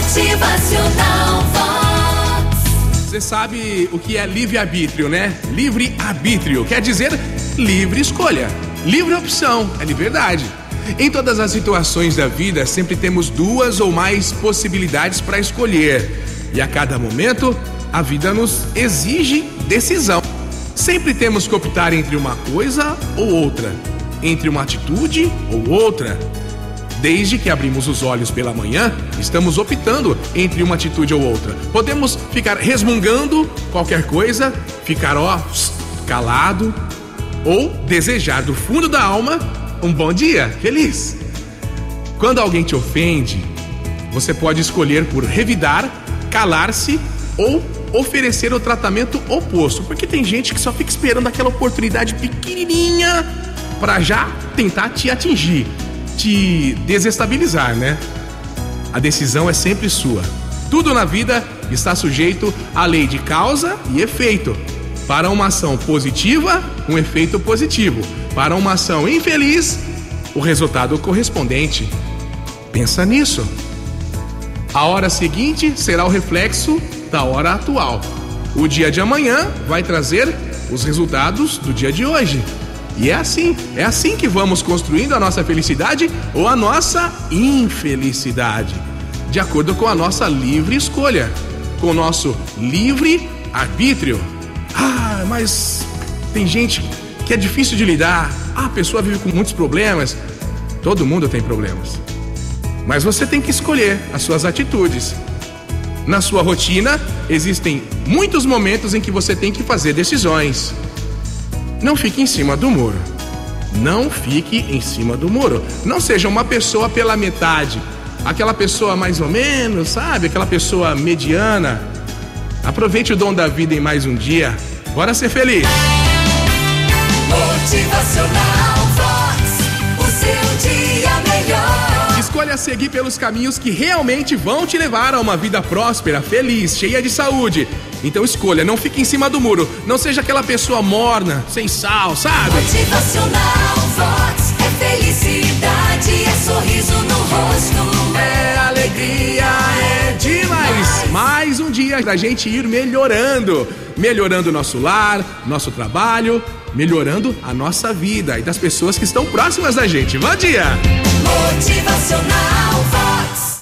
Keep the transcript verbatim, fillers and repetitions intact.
Motivacional Vox. Você sabe o que é livre-arbítrio, né? Livre-arbítrio quer dizer livre escolha, livre opção, é liberdade. Em todas as situações da vida, sempre temos duas ou mais possibilidades para escolher. E a cada momento, a vida nos exige decisão. Sempre temos que optar entre uma coisa ou outra, entre uma atitude ou outra. Desde que abrimos os olhos pela manhã, estamos optando entre uma atitude ou outra. Podemos ficar resmungando qualquer coisa, ficar ó, calado, ou desejar do fundo da alma um bom dia, feliz. Quando alguém te ofende, você pode escolher por revidar, calar-se ou oferecer o tratamento oposto, porque tem gente que só fica esperando aquela oportunidade pequenininha para já tentar te atingir, te desestabilizar, né? A decisão é sempre sua. Tudo na vida está sujeito à lei de causa e efeito. Para uma ação positiva, um efeito positivo. Para uma ação infeliz, o resultado correspondente. Pensa nisso. A hora seguinte será o reflexo da hora atual. O dia de amanhã vai trazer os resultados do dia de hoje. E é assim, é assim que vamos construindo a nossa felicidade ou a nossa infelicidade, de acordo com a nossa livre escolha, com o nosso livre arbítrio. Ah, mas tem gente que é difícil de lidar. Ah, a pessoa vive com muitos problemas. Todo mundo tem problemas. Mas você tem que escolher as suas atitudes. Na sua rotina, existem muitos momentos em que você tem que fazer decisões. Não fique em cima do muro. Não fique em cima do muro. Não seja uma pessoa pela metade. Aquela pessoa mais ou menos, sabe? Aquela pessoa mediana. Aproveite o dom da vida em mais um dia. Bora ser feliz. Motivacional Vox, o seu dia melhor. Escolha seguir pelos caminhos que realmente vão te levar a uma vida próspera, feliz, cheia de saúde. Então escolha, não fique em cima do muro. Não seja aquela pessoa morna, sem sal, sabe? Motivacional Vox é felicidade, é sorriso no rosto. É alegria, é demais. Mais um dia pra gente ir melhorando. Melhorando o nosso lar, nosso trabalho, melhorando a nossa vida e das pessoas que estão próximas da gente. Bom dia! Motivacional Vox.